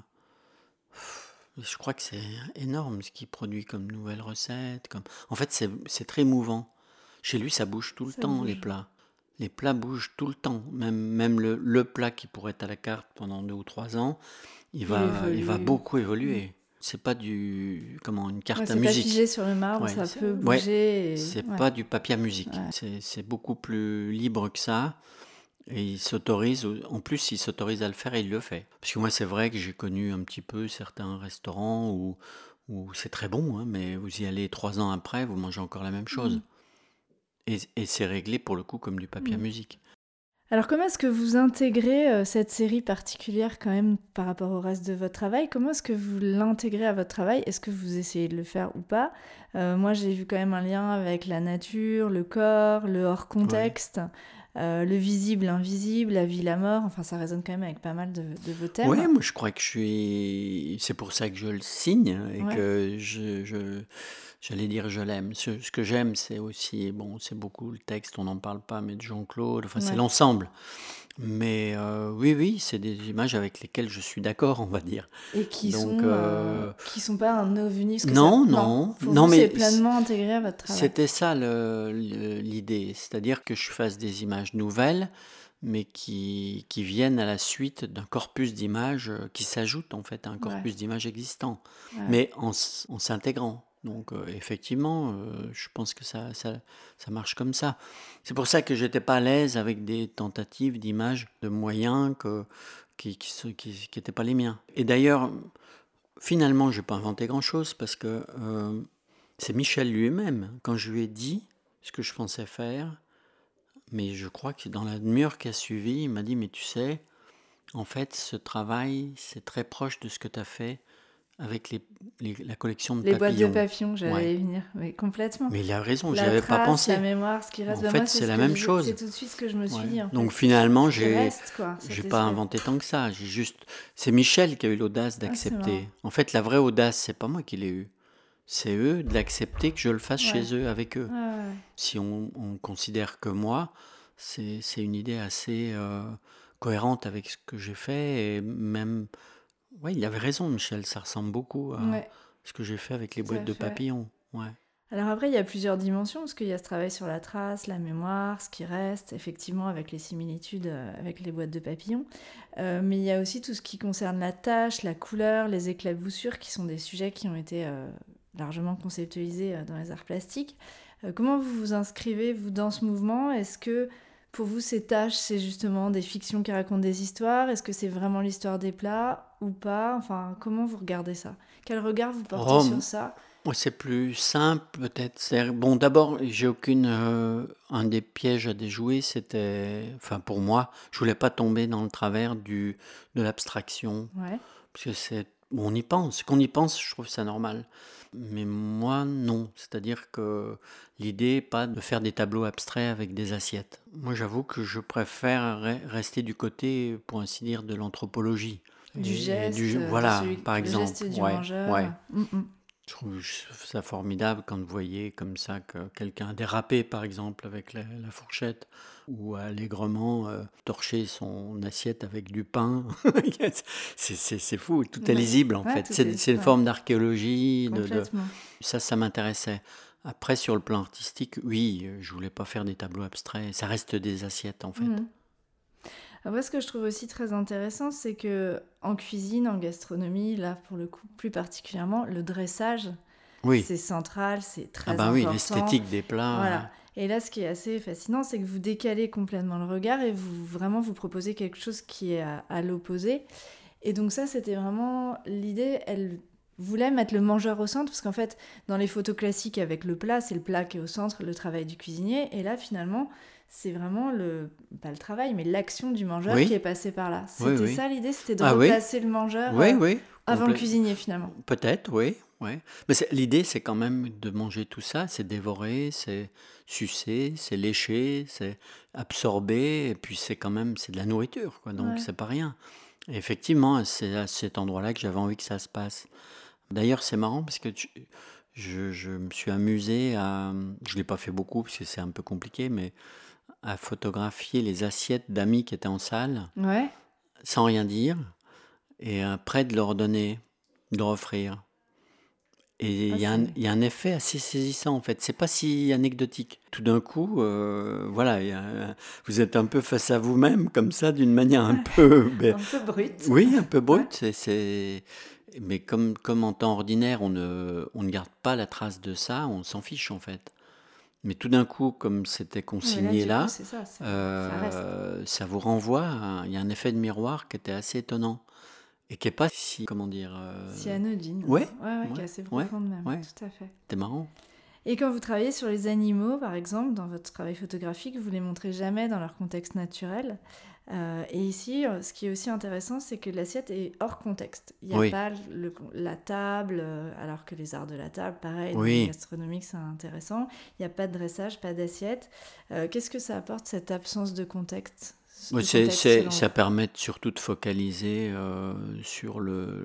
je crois que c'est énorme ce qu'il produit comme nouvelles recettes. En fait, c'est très mouvant. Chez lui, ça bouge tout le
Ça
temps, les
bouge.
plats. Les plats bougent tout le temps. Même le plat qui pourrait être à la carte pendant 2 ou 3 ans, il
Il
va
évolue.
beaucoup évoluer. C'est pas une carte
Ouais,
à
c'est pas
musique.
figé sur le marbre,
Ouais,
ça peut
ouais,
bouger.
c'est
Ouais,
pas du papier à musique.
ouais.
C'est beaucoup plus libre que ça. Et en plus, il s'autorise à le faire et il le fait. Parce que moi, c'est vrai que j'ai connu un petit peu certains restaurants où c'est très bon, hein, mais vous y allez 3 ans après, vous mangez encore la même chose.
Mm.
Et c'est réglé pour le coup comme du papier à
Mm.
musique.
Alors comment est-ce que vous intégrez cette série particulière quand même par rapport au reste de votre travail? Comment est-ce que vous l'intégrez à votre travail? Est-ce que vous essayez de le faire ou pas? Moi j'ai vu quand même un lien avec la nature, le corps, le hors
Ouais.
contexte, le visible, l'invisible, la vie, la mort. Enfin ça résonne quand même avec pas mal de vos
Ouais,
thèmes.
moi je crois que c'est pour ça que je le signe et
Ouais,
que j'allais dire je l'aime. Ce que j'aime, c'est aussi, bon, c'est beaucoup le texte, on n'en parle pas, mais de Jean-Claude, enfin c'est
ouais.
l'ensemble. Mais oui, oui, c'est des images avec lesquelles je suis d'accord, on va dire.
Et
Donc,
qui sont pas un ovni, parce que ça...
non,
Non,
non,
pour
non,
vous c'est
mais
pleinement intégré à votre travail.
c'était ça l'idée, c'est-à-dire que je fasse des images nouvelles, mais qui viennent à la suite d'un corpus d'images qui s'ajoute en fait à un
Ouais,
corpus d'images existant,
ouais.
mais en s'intégrant. Donc effectivement, je pense que ça marche comme ça. C'est pour ça que j'étais pas à l'aise avec des tentatives d'images de moyens qui n'étaient pas les miens. Et d'ailleurs, finalement, je n'ai pas inventé grand-chose parce que c'est Michel lui-même, quand je lui ai dit ce que je pensais faire, mais je crois que dans la demi-heure qui a suivi, il m'a dit, mais tu sais, en fait, ce travail, c'est très proche de ce que tu as fait avec la collection de
Les boîtes de
papillons.
papillons,
Ouais.
j'allais y venir, mais complètement.
Mais il a raison, j'y
La
avais pas
trace, la
pensé.
mémoire, ce qui reste.
En
Bah, moi,
fait,
c'est
c'est
ce
la
que
même
c'est
chose.
tout de suite ce que je me suis
Ouais.
dit, en
Donc
fait.
finalement,
Ce qui reste, quoi,
j'ai
cet
pas
esprit.
inventé tant que ça. C'est Michel qui a eu l'audace
Ah, c'est marrant.
d'accepter. En fait, la vraie audace, c'est pas moi qui l'ai eue. C'est eux de l'accepter que je le fasse
Ouais.
chez eux, avec eux.
Ouais, ouais.
Si on considère que moi, c'est une idée assez cohérente avec ce que j'ai fait. Et même, ouais, il avait raison, Michel, ça ressemble beaucoup à
Ouais,
ce que j'ai fait avec les
tout
boîtes
à
de
fait.
papillons. Ouais.
Alors après, il y a plusieurs dimensions, parce qu'il y a ce travail sur la trace, la mémoire, ce qui reste, effectivement, avec les similitudes avec les boîtes de papillons. Mais il y a aussi tout ce qui concerne la tâche, la couleur, les éclaboussures, qui sont des sujets qui ont été largement conceptualisés dans les arts plastiques. Comment vous vous inscrivez, vous, dans ce mouvement? Est-ce que, pour vous, ces tâches, c'est justement des fictions qui racontent des histoires? Est-ce que c'est vraiment l'histoire des plats ou pas? Enfin, comment vous regardez ça? Quel regard vous portez
Oh,
sur ça?
moi, c'est plus simple, peut-être. Bon, d'abord, j'ai aucune. Un des pièges à déjouer, c'était. Enfin, pour moi, je voulais pas tomber dans le travers de l'abstraction.
Ouais.
Parce que bon, on y pense. Qu'on y pense, je trouve ça normal. Mais moi, non. C'est-à-dire que l'idée n'est pas de faire des tableaux abstraits avec des assiettes. Moi, j'avoue que je préfère rester du côté, pour ainsi dire, de l'anthropologie.
Du geste,
Voilà, par
le
exemple.
geste du
Ouais, ouais.
mangeur.
Je trouve ça formidable quand vous voyez comme ça que quelqu'un a dérapé, par exemple, avec la fourchette, ou allègrement torché son assiette avec du pain. C'est fou, tout est
Ouais.
lisible en
Ouais,
fait.
tout
C'est une
ouais,
forme d'archéologie.
complètement.
Ça m'intéressait. Après, sur le plan artistique, oui, je voulais pas faire des tableaux abstraits. Ça reste des assiettes en fait.
Mhm. Après, ce que je trouve aussi très intéressant, c'est que en cuisine, en gastronomie, là pour le coup plus particulièrement, le dressage,
Oui.
c'est central, c'est
Ah
très
ben oui,
important.
l'esthétique des plats.
Voilà. Et là, ce qui est assez fascinant, c'est que vous décalez complètement le regard et vous proposez quelque chose qui est à l'opposé. Et donc ça, c'était vraiment l'idée. Elle voulait mettre le mangeur au centre, parce qu'en fait, dans les photos classiques avec le plat, c'est le plat qui est au centre, le travail du cuisinier. Et là, finalement, c'est vraiment pas le travail, mais l'action du mangeur
Oui.
qui est passée par là.
Oui,
C'était
oui.
ça l'idée, c'était de
Ah oui.
replacer le mangeur
Oui, oui.
avant le
Complè-
cuisinier, finalement.
Peut-être, oui. Ouais. Mais l'idée, c'est quand même de manger tout ça, c'est dévorer, c'est sucer, c'est lécher, c'est absorber, et puis c'est de la nourriture, quoi. Donc
Ouais.
c'est pas rien. Et effectivement, c'est à cet endroit-là que j'avais envie que ça se passe. D'ailleurs, c'est marrant parce que je me suis amusé je l'ai pas fait beaucoup parce que c'est un peu compliqué, mais à photographier les assiettes d'amis qui étaient en salle,
Ouais.
sans rien dire, et après de leur donner, de leur offrir. Et
Ah,
il y a un effet assez saisissant en fait. C'est pas si anecdotique. Tout d'un coup, voilà, vous êtes un peu face à vous-même comme ça, d'une manière un peu,
un peu brut.
oui, un peu
Ouais.
brute. Mais comme en temps ordinaire, on ne garde pas la trace de ça, on s'en fiche en fait. Mais tout d'un coup, comme c'était
Ouais, mais là,
consigné
du coup,
là,
c'est ça reste.
ça vous renvoie il y a un effet de miroir qui était assez étonnant et qui est pas si, comment dire,
Si anodine.
ouais,
Ouais, qui
ouais,
est assez
ouais,
profonde même,
ouais,
tout à fait.
c'était marrant.
Et quand vous travaillez sur les animaux, par exemple, dans votre travail photographique, vous les montrez jamais dans leur contexte naturel. Et ici, ce qui est aussi intéressant, c'est que l'assiette est hors contexte. Il n'y a
Oui,
pas la table, alors que les arts de la table, pareil, dans le
oui.
gastronomique, c'est intéressant. Il n'y a pas de dressage, pas d'assiette. Qu'est-ce que ça apporte, cette absence de contexte,
Ouais,
selon
ça
vous?
permet surtout de focaliser sur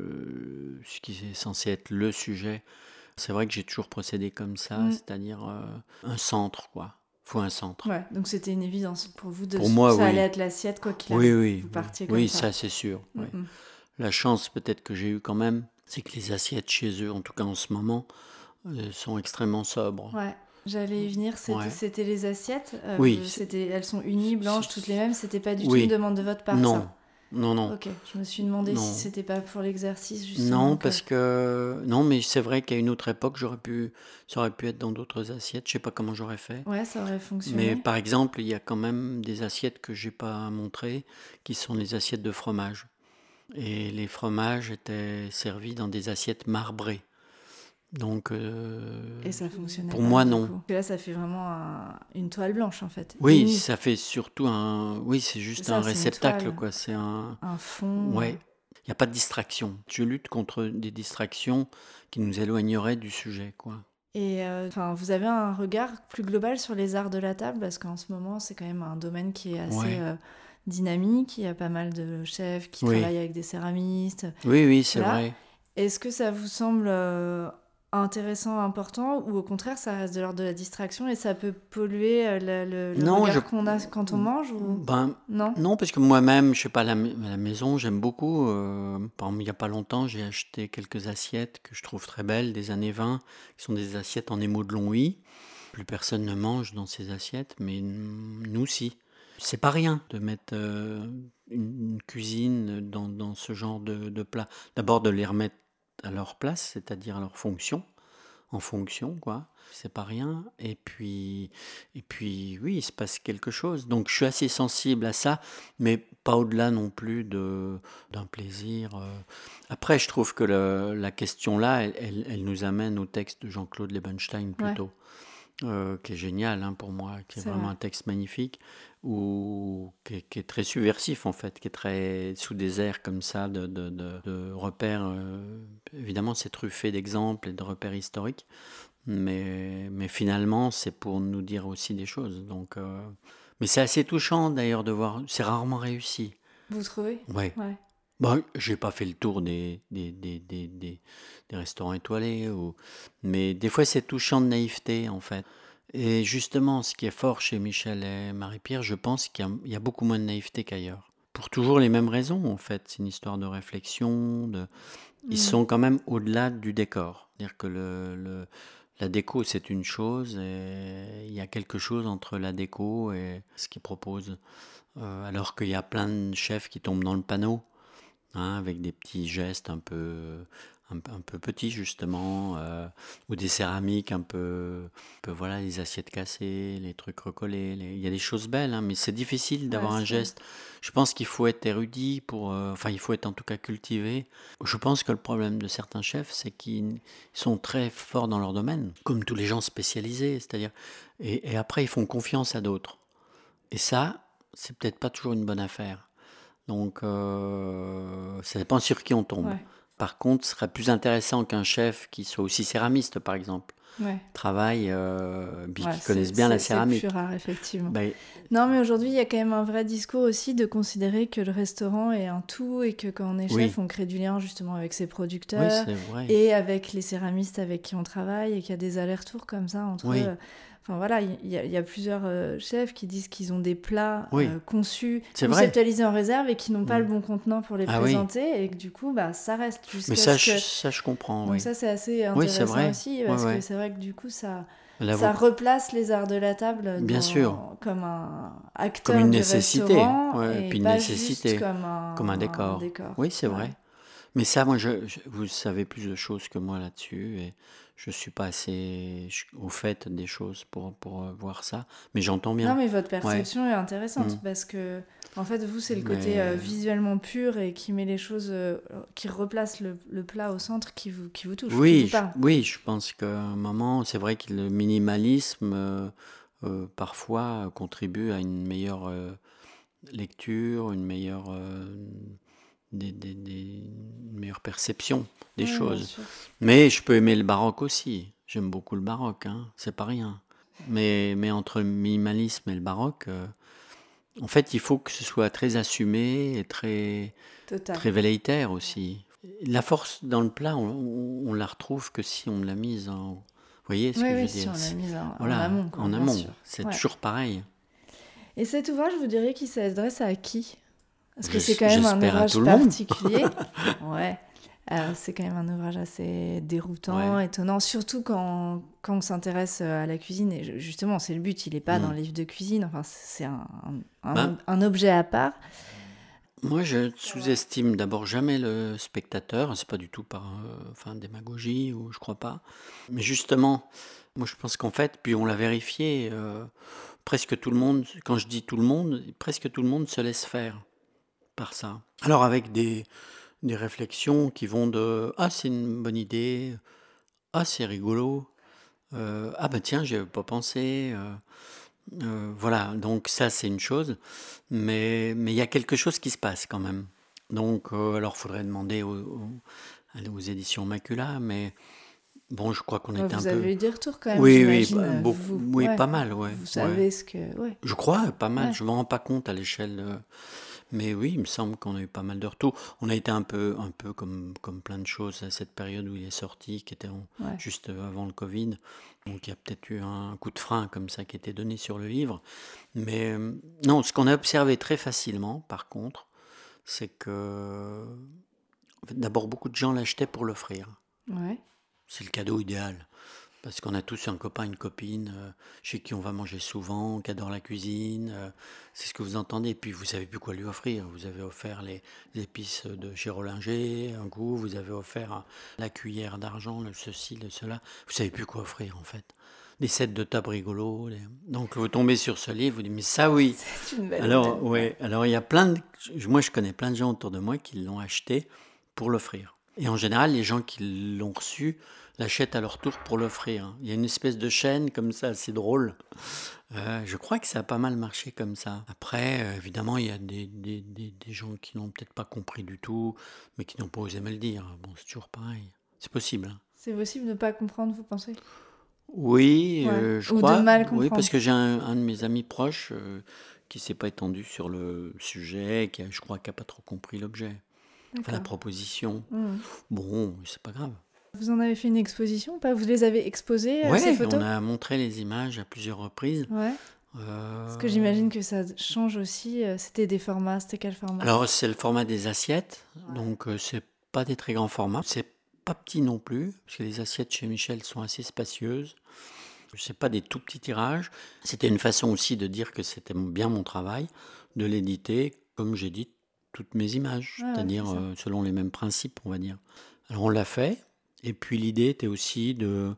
ce qui est censé être le sujet. C'est vrai que j'ai toujours procédé comme ça,
Mm.
c'est-à-dire un centre, quoi. Faut un centre.
Ouais, donc c'était une évidence pour vous,
Pour moi,
ça allait
oui.
être l'assiette quoi qu'il
Oui,
arrive.
oui,
Vous
oui.
partiez comme
Oui,
ça.
ça c'est sûr.
Mm,
Oui.
mm.
La chance peut-être que j'ai eue quand même, c'est que les assiettes chez eux, en tout cas en ce moment, sont extrêmement sobres.
Ouais, j'allais y venir.
Ouais.
C'était les assiettes.
Oui,
Elles sont unies, blanches, toutes les mêmes. C'était pas du tout une
oui.
demande de votre part,
Non,
ça.
non, non,
Ok, je me suis demandé si
non.
c'était pas pour l'exercice justement
Non,
que.
parce que non, mais c'est vrai qu'à une autre époque, ça aurait pu être dans d'autres assiettes. Je sais pas comment j'aurais fait.
Ouais, ça aurait
Mais
fonctionné.
par exemple, il y a quand même des assiettes que j'ai pas montrées, qui sont les assiettes de fromage. Et les fromages étaient servis dans des assiettes marbrées. Donc,
Et ça fonctionnait
pour
pas
moi,
du
non.
coup. Parce que là, ça fait vraiment une toile blanche en fait,
Oui,
unie.
ça fait surtout oui, c'est
C'est
juste
ça,
un
c'est une
réceptacle,
toile,
quoi. C'est
un fond.
ouais. Il n'y a pas de distraction. Je lutte contre des distractions qui nous éloigneraient du sujet, quoi.
Et vous avez un regard plus global sur les arts de la table parce qu'en ce moment, c'est quand même un domaine qui est assez
Ouais.
dynamique. Il y a pas mal de chefs qui
Oui.
travaillent avec des céramistes.
Oui, c'est
Voilà.
vrai.
Est-ce que ça vous semble intéressant, important, ou au contraire, ça reste de l'ordre de la distraction et ça peut polluer le
Non,
regard qu'on a quand on mange ou...
ben,
Non?
non, parce que moi-même, je sais pas, la maison, j'aime beaucoup. Par exemple, il n'y a pas longtemps, j'ai acheté quelques assiettes que je trouve très belles, des années 20, qui sont des assiettes en émaux de Longwy. Plus personne ne mange dans ces assiettes, mais nous, si. C'est pas rien de mettre une cuisine dans ce genre de plat. D'abord, de les remettre à leur place, c'est-à-dire à leur fonction, en fonction, quoi. C'est pas rien. Et puis, oui, il se passe quelque chose. Donc, je suis assez sensible à ça, mais pas au-delà non plus d'un plaisir. Après, je trouve que la question là, elle nous amène au texte de Jean-Claude Liebenstein
Ouais,
plutôt, qui est génial pour moi, qui est
c'est
vraiment
vrai.
un texte magnifique, qui est très subversif en fait, qui est très sous des airs comme ça de repères. Évidemment, c'est truffé d'exemples et de repères historiques, mais finalement, c'est pour nous dire aussi des choses. Donc, mais c'est assez touchant d'ailleurs de voir. C'est rarement réussi.
Vous trouvez?
Ouais.
Ouais.
Bon, j'ai pas fait le tour des restaurants étoilés, mais des fois c'est touchant de naïveté en fait. Et justement, ce qui est fort chez Michel et Marie-Pierre, je pense qu'il y a beaucoup moins de naïveté qu'ailleurs. Pour toujours les mêmes raisons en fait. C'est une histoire de réflexion. Ils
Mm.
sont quand même au-delà du décor. C'est-à-dire que la déco c'est une chose, et il y a quelque chose entre la déco et ce qu'ils proposent. Alors qu'il y a plein de chefs qui tombent dans le panneau. Avec des petits gestes un peu petits justement, ou des céramiques voilà, les assiettes cassées, les trucs recollés. Il y a des choses belles, mais c'est difficile
Ouais,
d'avoir un geste. Je pense qu'il faut être érudit enfin, il faut être en tout cas cultivé. Je pense que le problème de certains chefs, c'est qu'ils sont très forts dans leur domaine, comme tous les gens spécialisés, c'est-à-dire, et après ils font confiance à d'autres. Et ça, c'est peut-être pas toujours une bonne affaire. Donc, ça dépend sur qui on tombe.
ouais,
Par contre, ce serait plus intéressant qu'un chef qui soit aussi céramiste, par exemple,
ouais.
travaille, puis
Ouais,
qui connaisse bien la
c'est plus
céramique.
rare, effectivement.
Ben,
Non, mais aujourd'hui, il y a quand même un vrai discours aussi de considérer que le restaurant est un tout et que quand on est
oui,
chef, on crée du lien justement avec ses
oui,
producteurs
c'est vrai.
et avec les céramistes avec qui on travaille et qu'il y a des allers-retours comme ça entre...
Oui,
Enfin voilà, il y a plusieurs chefs qui disent qu'ils ont des plats
oui,
conçus,
c'est vrai.
conceptualisés en réserve et qui n'ont pas le
Mm.
bon contenant pour les
Ah oui,
présenter et que du coup, bah, ça reste
mais
jusqu'à
ça,
ce que...
ça je comprends,
Donc
oui.
ça, c'est assez
Oui, c'est
intéressant
vrai.
aussi,
Ouais,
parce que
ouais.
c'est vrai que du coup, ça
L'avocat,
replace les arts de la table
bien sûr,
comme un
comme
acteur
une
du
nécessité,
restaurant
ouais,
et
puis une
pas juste
nécessité,
comme
comme un
un
décor.
décor.
Oui, c'est
Ouais.
vrai. Mais ça, moi, vous savez plus de choses que moi là-dessus, et je suis pas assez au fait des choses pour voir ça. Mais j'entends
Non,
bien.
mais votre
Ouais.
perception est
Mm.
intéressante parce que, en fait, vous, c'est le côté
Mais
visuellement pur et qui met les choses, qui replace le plat au centre qui vous touche, qui vous
oui,
parle.
oui, je pense qu'à un moment, c'est vrai que le minimalisme, parfois, contribue à une meilleure lecture, une meilleure, une meilleure perception des
Oui, bien
choses.
sûr.
Mais je peux aimer le baroque aussi. J'aime beaucoup le baroque, hein, c'est pas rien. Mais entre le minimalisme et le baroque, en fait, il faut que ce soit très assumé et
Total.
très velléitaire aussi. La force dans le plat, on la retrouve que si on l'a mise en... Vous voyez ce
Oui,
que je
oui,
veux
si
dire?
on l'a mise en
Voilà,
amont, quoi,
en
bien
amont.
sûr.
C'est
Ouais.
toujours pareil.
Et cet ouvrage, vous diriez qu'il s'adresse à qui? Parce que c'est quand même un
J'espère à
ouvrage
tout le monde.
particulier. Ouais. C'est quand même un ouvrage assez déroutant,
Ouais.
étonnant, surtout quand on s'intéresse à la cuisine. Et justement, c'est le but, il n'est pas dans
Mm.
le livre de cuisine, enfin, c'est
Ben,
un objet à part.
moi, je sous-estime d'abord jamais le spectateur. C'est pas du tout par démagogie, ou je crois pas. Mais justement, moi, je pense qu'en fait, puis on l'a vérifié, presque tout le monde, quand je dis tout le monde, presque tout le monde se laisse faire par ça. Alors avec des réflexions qui vont de ah, c'est une bonne idée, ah, c'est rigolo, ah ben tiens, j'y avais pas pensé. Voilà, donc ça c'est une chose, mais il y a quelque chose qui se passe quand même. Donc alors il faudrait demander aux éditions Macula, mais bon, je crois qu'on
Ouais,
était un
vous
peu...
avez eu des retours quand même,
Oui, oui,
j'imagine,
beaucoup,
vous.
oui,
Ouais,
pas mal, ouais,
vous
ouais.
savez ce que... Ouais,
Je crois, pas mal,
ouais.
je ne me rends pas compte à l'échelle... mais oui, il me semble qu'on a eu pas mal de retours. On a été un peu comme plein de choses à cette période où il est sorti, qui était
Ouais.
juste avant le Covid. Donc il y a peut-être eu un coup de frein comme ça qui était donné sur le livre. Mais non, ce qu'on a observé très facilement, par contre, c'est que en fait, d'abord beaucoup de gens l'achetaient pour l'offrir.
Ouais.
C'est le cadeau idéal. Parce qu'on a tous un copain, une copine chez qui on va manger souvent, qui adore la cuisine. C'est ce que vous entendez. Et puis vous savez plus quoi lui offrir. Vous avez offert les épices de chez Rollinger, un goût. Vous avez offert la cuillère d'argent, le ceci, le cela. Vous savez plus quoi offrir en fait. Des sets de table rigolos. Donc vous tombez sur ce livre, vous dites mais ça oui.
C'est une belle
Alors
aubaine. Ouais.
ouais. Alors il y a plein de... Moi je connais plein de gens autour de moi qui l'ont acheté pour l'offrir. Et en général, les gens qui l'ont reçu l'achètent à leur tour pour l'offrir. Il y a une espèce de chaîne comme ça, assez drôle. Je crois que ça a pas mal marché comme ça. Après, évidemment, il y a des gens qui n'ont peut-être pas compris du tout, mais qui n'ont pas osé me le dire. Bon, c'est toujours pareil. C'est possible, hein.
C'est possible de ne pas comprendre, vous pensez?
Oui,
Ouais.
je
Ou de
crois.
mal
Oui, parce
comprendre.
que j'ai un de mes amis proches qui s'est pas étendu sur le sujet, je crois, qui a pas trop compris l'objet. Enfin, la
D'accord.
proposition.
Mhm.
Bon, c'est pas grave.
Vous en avez fait une exposition ou pas? Vous les avez exposées, ces
Ouais, on
photos?
a montré les images à plusieurs reprises.
Ouais. Parce que j'imagine que ça change aussi. C'était des formats, c'était quel format?
Alors, c'est le format des assiettes, donc c'est pas des très grands formats. C'est pas petit non plus, parce que les assiettes chez Michel sont assez spacieuses. C'est pas des tout petits tirages. C'était une façon aussi de dire que c'était bien mon travail, de l'éditer, comme j'ai dit, toutes mes images,
Ouais,
c'est-à-dire
c'est ça.
selon les mêmes principes, on va dire. Alors, on l'a fait, et puis l'idée était aussi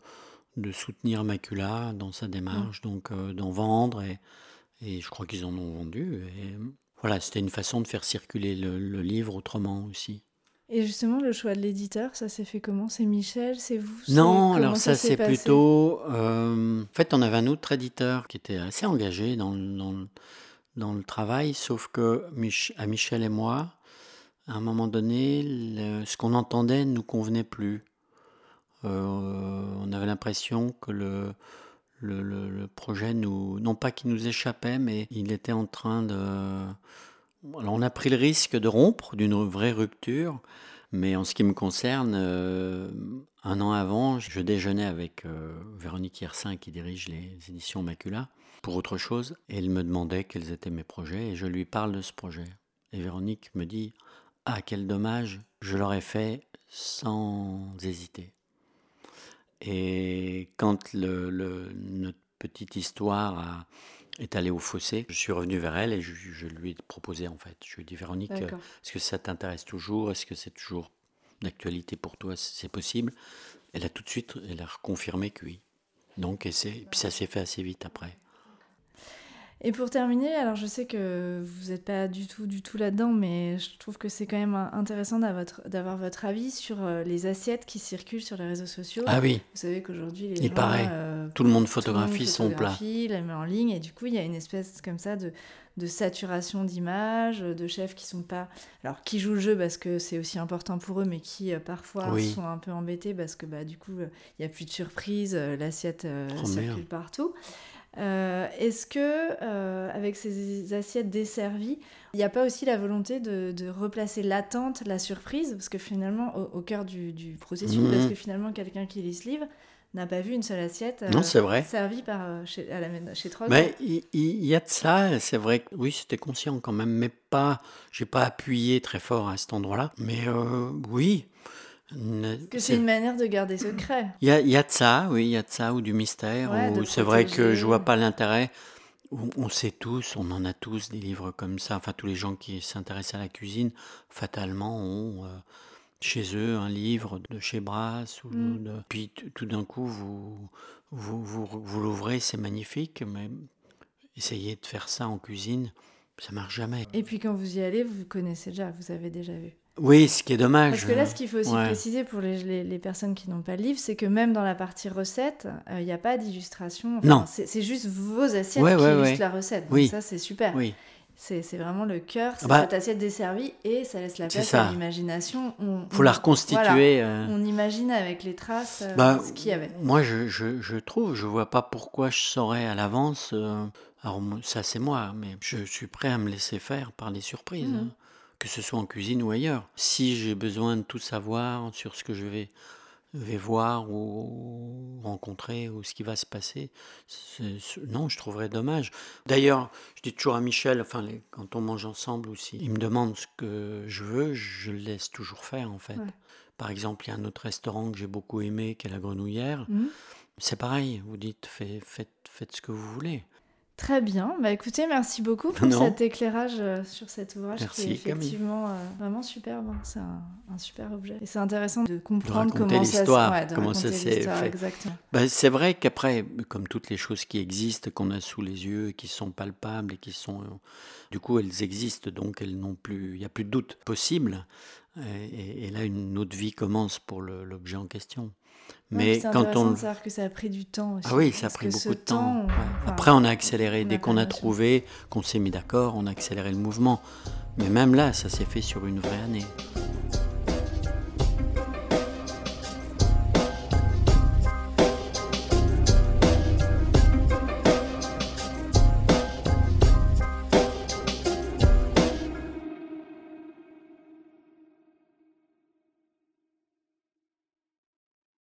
de soutenir Macula dans sa
Mm.
démarche, donc d'en vendre, et je crois qu'ils en ont vendu. Et voilà, c'était une façon de faire circuler le livre autrement aussi.
Et justement, le choix de l'éditeur, ça s'est fait comment? C'est Michel, c'est vous?
Non,
Comment
alors
ça
ça
s'est
c'est
passé?
plutôt... en fait, on avait un autre éditeur qui était assez engagé dans le travail, sauf que à Michel et moi, à un moment donné, ce qu'on entendait ne nous convenait plus. On avait l'impression que le projet non pas qu'il nous échappait, mais il était en train de... Alors on a pris le risque de rompre, d'une vraie rupture, mais en ce qui me concerne, un an avant, je déjeunais avec Véronique Yersin qui dirige les éditions Macula pour autre chose, et elle me demandait quels étaient mes projets, et je lui parle de ce projet. Et Véronique me dit « Ah, quel dommage, je l'aurais fait sans hésiter ». Et quand notre petite histoire est allée au fossé, je suis revenu vers elle et je lui ai proposé en fait. Je lui ai dit Véronique,
D'accord.
est-ce que ça t'intéresse toujours? Est-ce que c'est toujours d'actualité pour toi, c'est possible. Elle a reconfirmé que oui. Donc, et puis ça s'est fait assez vite après.
Et pour terminer, alors je sais que vous n'êtes pas du tout là-dedans, mais je trouve que c'est quand même intéressant d'avoir votre avis sur les assiettes qui circulent sur les réseaux sociaux.
Ah oui.
Vous savez qu'aujourd'hui,
Et pareil, tout le monde photographie son plat.
Les met en ligne, et du coup, il y a une espèce comme ça de saturation d'images, de chefs qui sont pas... Alors, qui jouent le jeu parce que c'est aussi important pour eux, mais qui parfois sont un peu embêtés parce que du coup, il n'y a plus de surprise, l'assiette circule partout. Est-ce que, avec ces assiettes desservies, il n'y a pas aussi la volonté de replacer l'attente, la surprise, parce que finalement, au cœur du processus, parce que finalement, quelqu'un qui lit ce livre n'a pas vu une seule assiette servie chez Trogg.
Mais il y a de ça, c'est vrai que oui, c'était conscient quand même, mais j'ai pas appuyé très fort à cet endroit-là. Mais oui.
Parce que c'est une manière de garder secret.
Il y a de ça, oui, il y a de ça, ou du mystère, ou c'est vrai que je vois pas l'intérêt. On sait tous, on en a tous des livres comme ça. Enfin, tous les gens qui s'intéressent à la cuisine, fatalement, ont chez eux un livre de chez Brasse. Puis tout d'un coup, vous l'ouvrez, c'est magnifique, mais essayez de faire ça en cuisine, ça marche jamais.
Et puis quand vous y allez, vous connaissez déjà, vous avez déjà vu.
Oui, ce qui est dommage.
Parce que là, ce qu'il faut aussi préciser pour les personnes qui n'ont pas le livre, c'est que même dans la partie recette, il n'y a pas d'illustration. Enfin,
non.
C'est juste vos assiettes qui illustrent la recette. Donc ça, c'est super.
Oui.
C'est vraiment le cœur, c'est cette assiette desservie et ça laisse la place à l'imagination.
Faut la reconstituer.
On imagine avec les traces ce qu'il y avait.
Moi, je vois pas pourquoi je saurais à l'avance. Alors ça, c'est moi, mais je suis prêt à me laisser faire par des surprises. Que ce soit en cuisine ou ailleurs. Si j'ai besoin de tout savoir sur ce que je vais voir ou rencontrer ou ce qui va se passer, non, je trouverais dommage. D'ailleurs, je dis toujours à Michel, quand on mange ensemble aussi, il me demande ce que je veux, je le laisse toujours faire en fait. Ouais. Par exemple, il y a un autre restaurant que j'ai beaucoup aimé, qui est la Grenouillère. C'est pareil, vous dites, faites ce que vous voulez.
Très bien. Écoutez, merci beaucoup pour cet éclairage sur cet ouvrage qui est effectivement vraiment superbe. C'est un super objet. Et c'est intéressant de comprendre comment ça s'est fait. Exactement.
C'est vrai qu'après, comme toutes les choses qui existent, qu'on a sous les yeux, qui sont palpables et qui sont... du coup, elles existent, donc elles n'ont plus... Il n'y a plus de doute possible. Et là, une autre vie commence pour l'objet en question.
Mais c'est intéressant de savoir que ça a pris du temps aussi.
Ah oui, ça a pris beaucoup de temps. Après, on a accéléré. Dès qu'on a trouvé, qu'on s'est mis d'accord, on a accéléré le mouvement. Mais même là, ça s'est fait sur une vraie année.